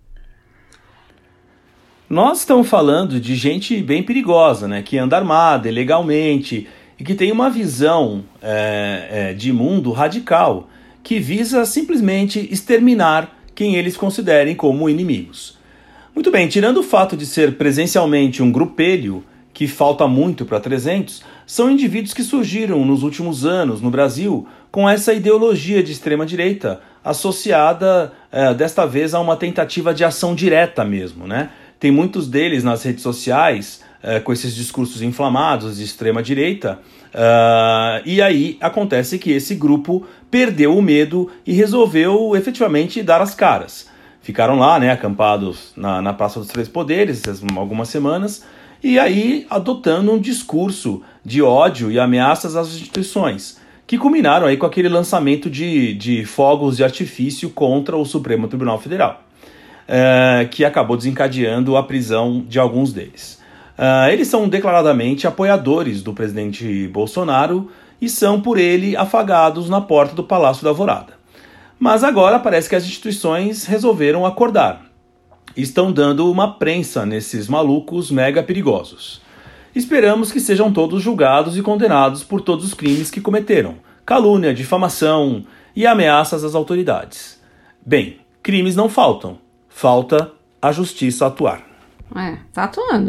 Nós estamos falando de gente bem perigosa, né? Que anda armada ilegalmente e que tem uma visão de mundo radical, que visa simplesmente exterminar quem eles considerem como inimigos. Muito bem, tirando o fato de ser presencialmente um grupelho, que falta muito para 300, são indivíduos que surgiram nos últimos anos no Brasil com essa ideologia de extrema-direita, associada desta vez a uma tentativa de ação direta mesmo, né? Tem muitos deles nas redes sociais com esses discursos inflamados de extrema-direita, e aí acontece que esse grupo perdeu o medo e resolveu efetivamente dar as caras. Ficaram lá, né, acampados na Praça dos Três Poderes algumas semanas, e aí adotando um discurso de ódio e ameaças às instituições, que culminaram aí com aquele lançamento de fogos de artifício contra o Supremo Tribunal Federal, que acabou desencadeando a prisão de alguns deles. Eles são declaradamente apoiadores do presidente Bolsonaro e são por ele afagados na porta do Palácio da Alvorada. Mas agora parece que as instituições resolveram acordar. Estão dando uma prensa nesses malucos mega perigosos. Esperamos que sejam todos julgados e condenados por todos os crimes que cometeram. Calúnia, difamação e ameaças às autoridades. Bem, crimes não faltam. Falta a justiça atuar. Tá atuando, né?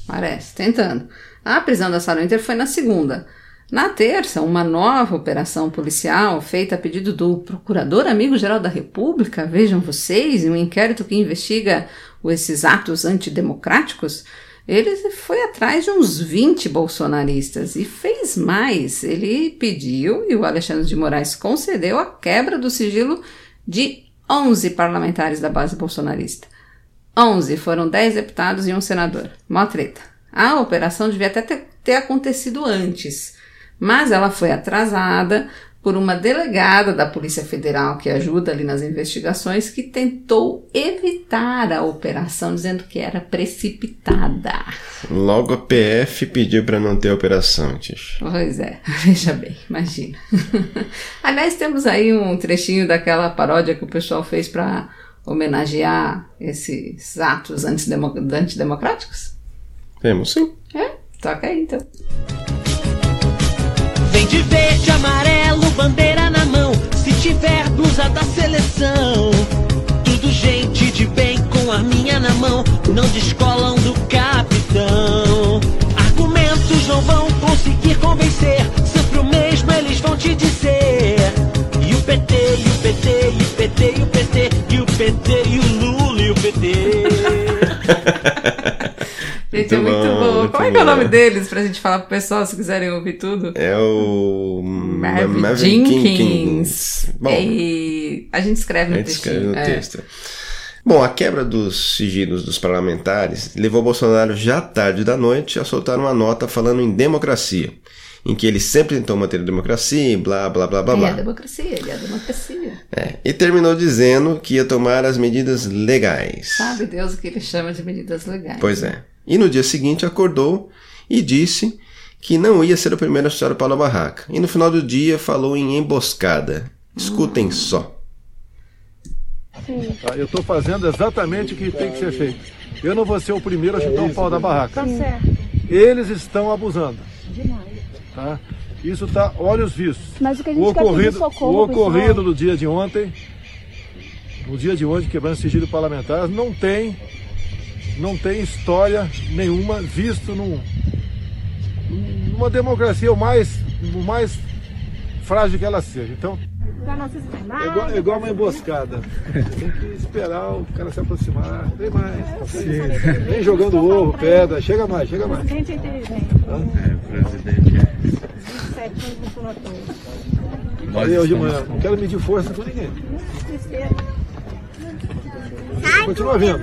Parece, tentando. A prisão da Sarah Winter foi na segunda. Na terça, uma nova operação policial feita a pedido do Procurador Amigo-Geral da República, vejam vocês, um inquérito que investiga esses atos antidemocráticos, ele foi atrás de uns 20 bolsonaristas e fez mais. Ele pediu, e o Alexandre de Moraes concedeu, a quebra do sigilo de 11 parlamentares da base bolsonarista. 11, foram 10 deputados e um senador. Mó treta. A operação devia até ter acontecido antes, mas ela foi atrasada por uma delegada da Polícia Federal que ajuda ali nas investigações, que tentou evitar a operação, dizendo que era precipitada. Logo a PF pediu para não ter operação, Tisha. Pois é, veja bem, imagina. Aliás, temos aí um trechinho daquela paródia que o pessoal fez para homenagear esses atos antidemocráticos? Temos sim. Toca aí então. Vem de verde, amarelo, bandeira na mão. Se tiver blusa da seleção, tudo gente de bem com arminha na mão. Não descolam do capitão. Argumentos não vão conseguir convencer. Sempre o mesmo eles vão te dizer. E o PT, e o PT, e o PT, e o PT, e o PT, e o Lula, e o PT. Gente, é muito bom. Como é que é o nome deles pra gente falar pro pessoal, se quiserem ouvir tudo? É o Marvin Jenkins. Bom, e a gente escreve no texto. Bom, a quebra dos sigilos dos parlamentares levou Bolsonaro já tarde da noite a soltar uma nota falando em democracia, em que ele sempre tentou manter a democracia e blá, blá, blá, blá, blá. É a democracia. E terminou dizendo que ia tomar as medidas legais. Sabe Deus o que ele chama de medidas legais. Pois é. E no dia seguinte acordou e disse que não ia ser o primeiro a chutar o pau na barraca. E no final do dia falou em emboscada. Escutem só. Eu estou fazendo exatamente o que tem que ser feito. Eu não vou ser o primeiro a chutar o pau da barraca. Tá certo. Eles estão abusando. Demais. Tá? Isso está olhos vistos. Mas o que a gente quer pedir socorro, o ocorrido no dia de ontem, quebrando sigilo parlamentar, não tem história nenhuma visto numa democracia o mais frágil que ela seja. Então, é igual uma emboscada. Tem que esperar o cara se aproximar. Vem mais. Vem jogando ovo, pedra. Chega mais. O presidente é inteligente. O presidente é. 27 anos funcionou todo. Aí hoje de manhã, não quero medir força com ninguém. Continua vendo.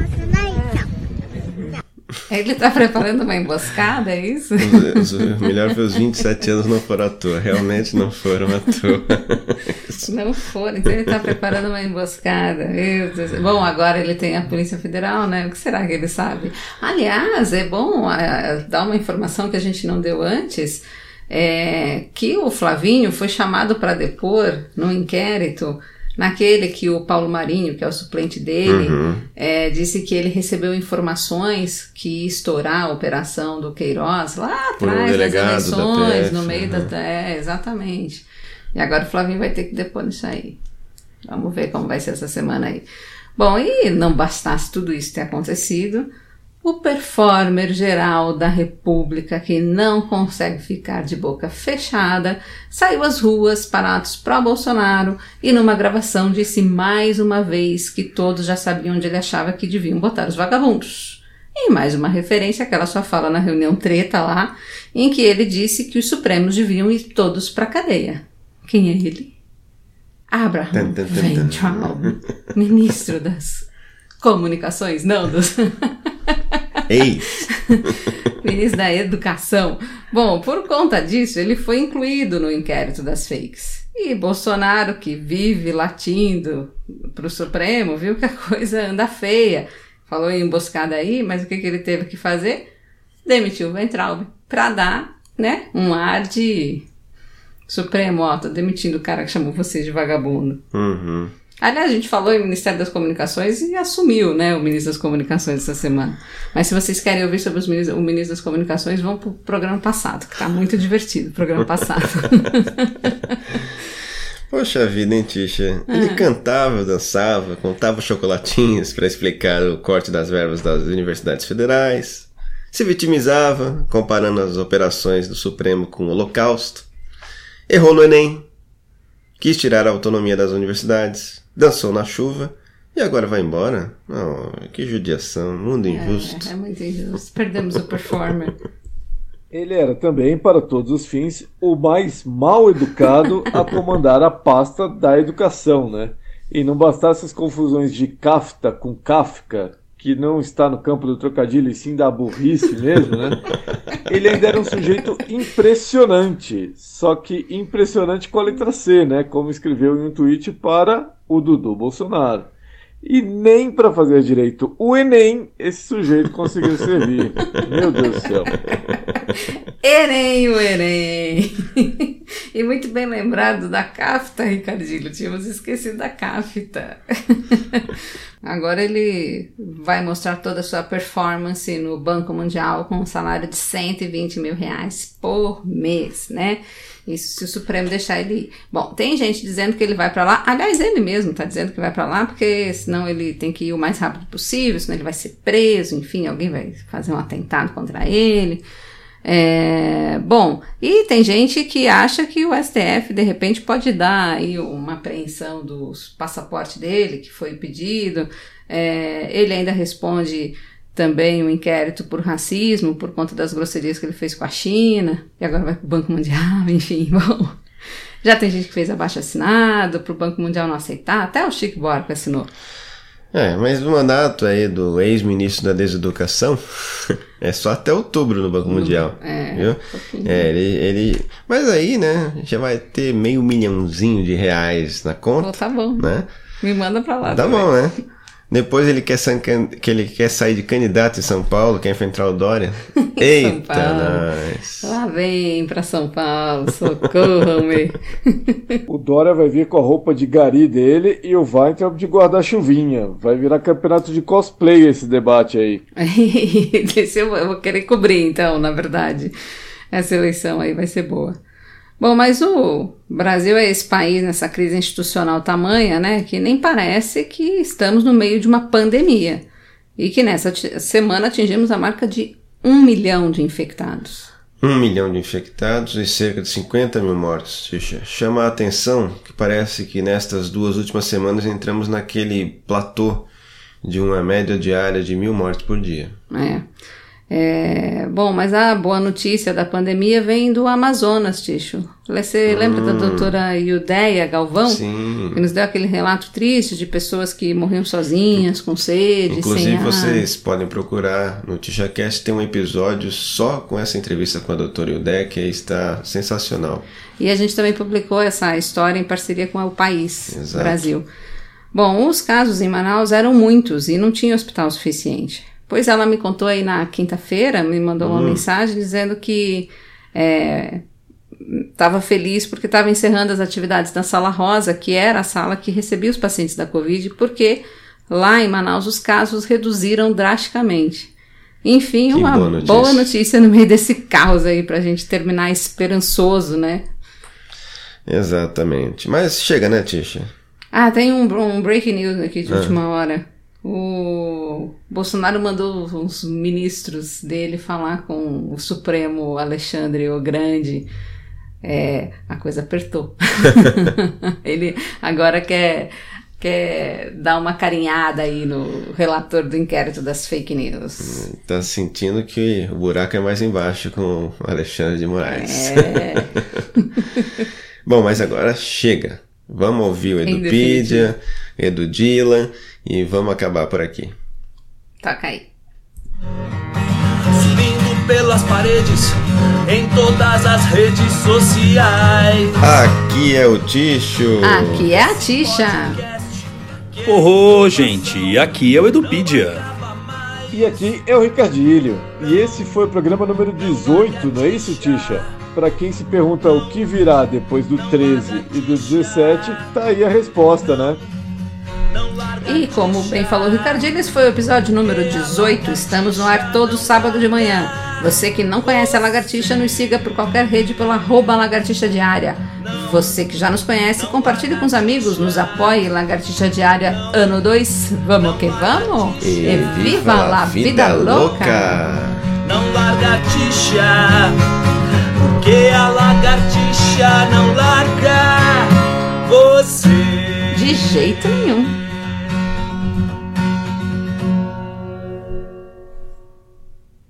Ele tá preparando uma emboscada, é isso? O melhor foi os 27 anos não foram à toa. Realmente não foram à toa. Não foram, então ele tá preparando uma emboscada. Meu Deus. Bom, agora ele tem a Polícia Federal, né? O que será que ele sabe? Aliás, é bom dar uma informação que a gente não deu antes, que o Flavinho foi chamado para depor no inquérito naquele que o Paulo Marinho, que é o suplente dele, disse que ele recebeu informações que ia estourar a operação do Queiroz lá atrás das eleições, no meio da... exatamente. E agora o Flavinho vai ter que depor nisso aí. Vamos ver como vai ser essa semana aí. Bom, e não bastasse tudo isso ter acontecido, o performer geral da República, que não consegue ficar de boca fechada, saiu às ruas para atos pró-Bolsonaro e numa gravação disse mais uma vez que todos já sabiam onde ele achava que deviam botar os vagabundos. E mais uma referência àquela sua fala na reunião treta lá, em que ele disse que os Supremos deviam ir todos para a cadeia. Quem é ele? Abraham Weintraub, ministro das comunicações, não dos... ministro da Educação. Bom, por conta disso, ele foi incluído no inquérito das fakes. E Bolsonaro, que vive latindo pro Supremo, viu que a coisa anda feia. Falou em emboscada aí, mas o que ele teve que fazer? Demitiu o Weintraub pra dar, né, um ar de Supremo, ó, tô demitindo o cara que chamou vocês de vagabundo. Aliás, a gente falou em Ministério das Comunicações e assumiu, né, o Ministro das Comunicações essa semana. Mas se vocês querem ouvir sobre o Ministro das Comunicações, vão pro programa passado, que tá muito divertido, o programa passado. Poxa vida, hein, Tisha? Ele cantava, dançava, contava chocolatinhos para explicar o corte das verbas das universidades federais. se vitimizava, comparando as operações do Supremo com o Holocausto, errou no Enem, quis tirar a autonomia das universidades, dançou na chuva e agora vai embora? Oh, que judiação, mundo injusto. É muito injusto, perdemos o performer. Ele era também, para todos os fins, o mais mal educado a comandar a pasta da educação, né? E não bastasse as confusões de Kafta com Kafka, que não está no campo do trocadilho e sim da burrice mesmo, né? Ele ainda era um sujeito impressionante, só que impressionante com a letra C, né? Como escreveu em um tweet para o Dudu Bolsonaro. E nem para fazer direito o Enem, esse sujeito conseguiu servir. Meu Deus do céu. Enem, o Enem. E muito bem lembrado da Kafta, Ricardinho. Tínhamos esquecido da Kafta. Agora ele vai mostrar toda a sua performance no Banco Mundial com um salário de R$120 mil por mês, né? Isso se o Supremo deixar ele ir. Bom, tem gente dizendo que ele vai pra lá. Aliás, ele mesmo tá dizendo que vai pra lá porque senão ele tem que ir o mais rápido possível, senão ele vai ser preso, enfim, alguém vai fazer um atentado contra ele. Bom, e tem gente que acha que o STF de repente pode dar aí uma apreensão do passaporte dele, que foi pedido. Ele ainda responde também um inquérito por racismo, por conta das grosserias que ele fez com a China, e agora vai para o Banco Mundial, enfim, bom. Já tem gente que fez abaixo-assinado para o Banco Mundial não aceitar, até o Chico Buarque assinou. Mas o mandato aí do ex-ministro da Deseducação é só até outubro no Banco Mundial, viu? Mas aí, né, já vai ter R$500 milhão na conta. Tá bom, né? Me manda pra lá. Tá também. Bom, né? Depois ele quer sair de candidato em São Paulo, quer enfrentar o Dória. Eita, nós. Lá vem pra São Paulo, socorram-me. O Dória vai vir com a roupa de gari dele e o Weintraub de guarda-chuvinha. Vai virar campeonato de cosplay esse debate aí. Esse eu vou querer cobrir, então, na verdade. Essa eleição aí vai ser boa. Bom, mas o Brasil é esse país nessa crise institucional tamanha, né, que nem parece que estamos no meio de uma pandemia e que nessa semana atingimos a marca de 1 milhão de infectados. 1 milhão de infectados e cerca de 50 mil mortos. Chama a atenção que parece que nestas 2 últimas semanas entramos naquele platô de uma média diária de 1.000 mortes por dia. Bom, mas a boa notícia da pandemia vem do Amazonas, Ticho. Você lembra da doutora Iudeia Galvão? Sim. Que nos deu aquele relato triste de pessoas que morriam sozinhas, com sede, inclusive, sem ar. vocês podem procurar no TixaCast, tem um episódio só com essa entrevista com a doutora Iudeia, que está sensacional. E a gente também publicou essa história em parceria com o País, Exato. Brasil. Bom, os casos em Manaus eram muitos e não tinha hospital suficiente. Pois ela me contou aí na quinta-feira, me mandou uma mensagem dizendo que estava feliz porque estava encerrando as atividades da Sala Rosa, que era a sala que recebia os pacientes da Covid, porque lá em Manaus os casos reduziram drasticamente. Enfim, que uma boa notícia no meio desse caos aí pra gente terminar esperançoso, né? Exatamente. Mas chega, né, Tisha? Tem um breaking news aqui de última hora. O Bolsonaro mandou os ministros dele falar com o Supremo Alexandre o Grande. A coisa apertou. Ele agora quer dar uma carinhada aí no relator do inquérito das fake news. Tá sentindo que o buraco é mais embaixo com o Alexandre de Moraes. Bom, mas agora chega. Vamos ouvir o Edupedia, Edu Dylan e vamos acabar por aqui. Toca aí. Subindo pelas paredes em todas as redes sociais. Aqui é o Ticho. Aqui é a Tisha. Gente, aqui é o Edupedia. E aqui é o Ricardilho. E esse foi o programa número 18, não é isso, Tisha? Para quem se pergunta o que virá depois do 13 e do 17, tá aí a resposta, né? E como bem falou o Ricardinho, esse foi o episódio número 18. Estamos no ar todo sábado de manhã. Você que não conhece a Lagartixa, nos siga por qualquer rede pelo @Lagartixa Diária. Você que já nos conhece, compartilhe com os amigos, nos apoie. Lagartixa Diária ano 2. Vamos que vamos? E viva a vida louca! não larga a tixa, porque a lagartixa não larga você. De jeito nenhum.